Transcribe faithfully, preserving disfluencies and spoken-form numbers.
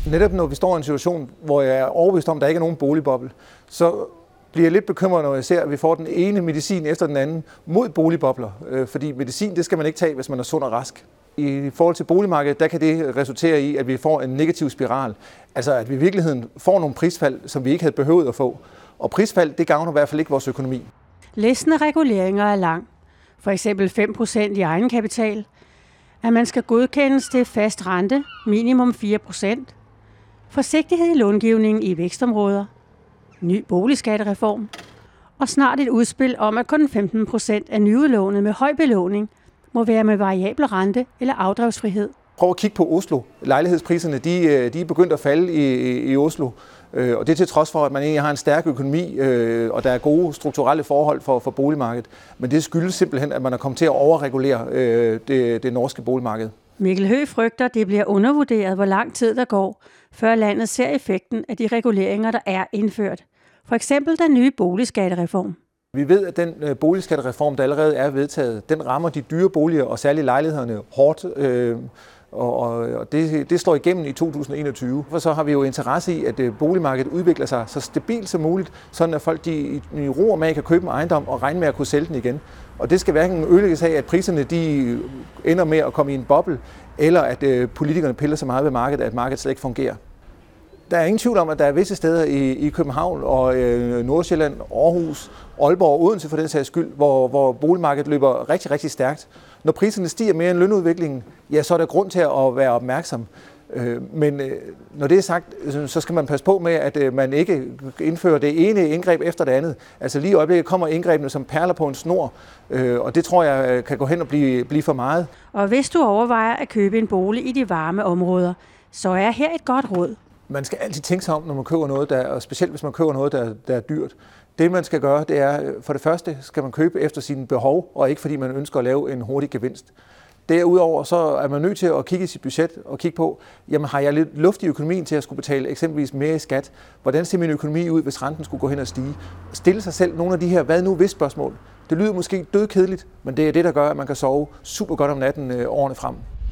Netop når vi står i en situation, hvor jeg er overbevist om, at der ikke er nogen boligboble, så bliver jeg lidt bekymret, når jeg ser, at vi får den ene medicin efter den anden mod boligbobler. Fordi medicin, det skal man ikke tage, hvis man er sund og rask. I forhold til boligmarkedet, der kan det resultere i, at vi får en negativ spiral. Altså at vi i virkeligheden får nogle prisfald, som vi ikke havde behøvet at få. Og prisfald, det gavner i hvert fald ikke vores økonomi. Listen af reguleringer er lang. For eksempel fem procent i egenkapital. At man skal godkendes til fast rente, minimum fire procent. Forsigtighed i långivningen i vækstområder. Ny boligskattereform. Og snart et udspil om, at kun femten procent af nyudlånet med høj belåning må være med variabel rente eller afdragsfrihed. Prøv at kigge på Oslo. Lejlighedspriserne de, de er begyndt at falde i, i Oslo. Og det er til trods for, at man egentlig har en stærk økonomi, og der er gode strukturelle forhold for, for boligmarkedet. Men det skyldes simpelthen, at man er kommet til at overregulere det, det norske boligmarked. Mikkel Høgh frygter, det bliver undervurderet, hvor lang tid der går, før landet ser effekten af de reguleringer, der er indført. For eksempel den nye boligskattereform. Vi ved, at den boligskattereform, der allerede er vedtaget, den rammer de dyre boliger og særligt lejlighederne hårdt. Øh, og og det, det slår igennem i to tusind og enogtyve. For så har vi jo interesse i, at boligmarkedet udvikler sig så stabilt som muligt, sådan at folk de, i ro og mag kan købe en ejendom og regne med at kunne sælge den igen. Og det skal hverken ødelægges af, at priserne de ender med at komme i en boble, eller at politikerne piller så meget ved markedet, at markedet slet ikke fungerer. Der er ingen tvivl om, at der er visse steder i, i København og øh, Nordsjælland, Aarhus, Aalborg og Odense for den sags skyld, hvor, hvor boligmarkedet løber rigtig, rigtig stærkt. Når priserne stiger mere end lønudviklingen, ja, så er der grund til at være opmærksom. Øh, men øh, når det er sagt, så skal man passe på med, at øh, man ikke indfører det ene indgreb efter det andet. Altså lige i øjeblikket kommer indgrebene som perler på en snor, øh, og det tror jeg kan gå hen og blive, blive for meget. Og hvis du overvejer at købe en bolig i de varme områder, så er her et godt råd. Man skal altid tænke sig om, når man køber noget, der, og specielt hvis man køber noget, der, der er dyrt. Det man skal gøre, det er, for det første skal man købe efter sine behov, og ikke fordi man ønsker at lave en hurtig gevinst. Derudover så er man nødt til at kigge i sit budget og kigge på, jamen har jeg lidt luft i økonomien til at skulle betale eksempelvis mere i skat? Hvordan ser min økonomi ud, hvis renten skulle gå hen og stige? Stille sig selv nogle af de her hvad nu hvis spørgsmål. Det lyder måske dødkedeligt, men det er det, der gør, at man kan sove super godt om natten øh, årene frem.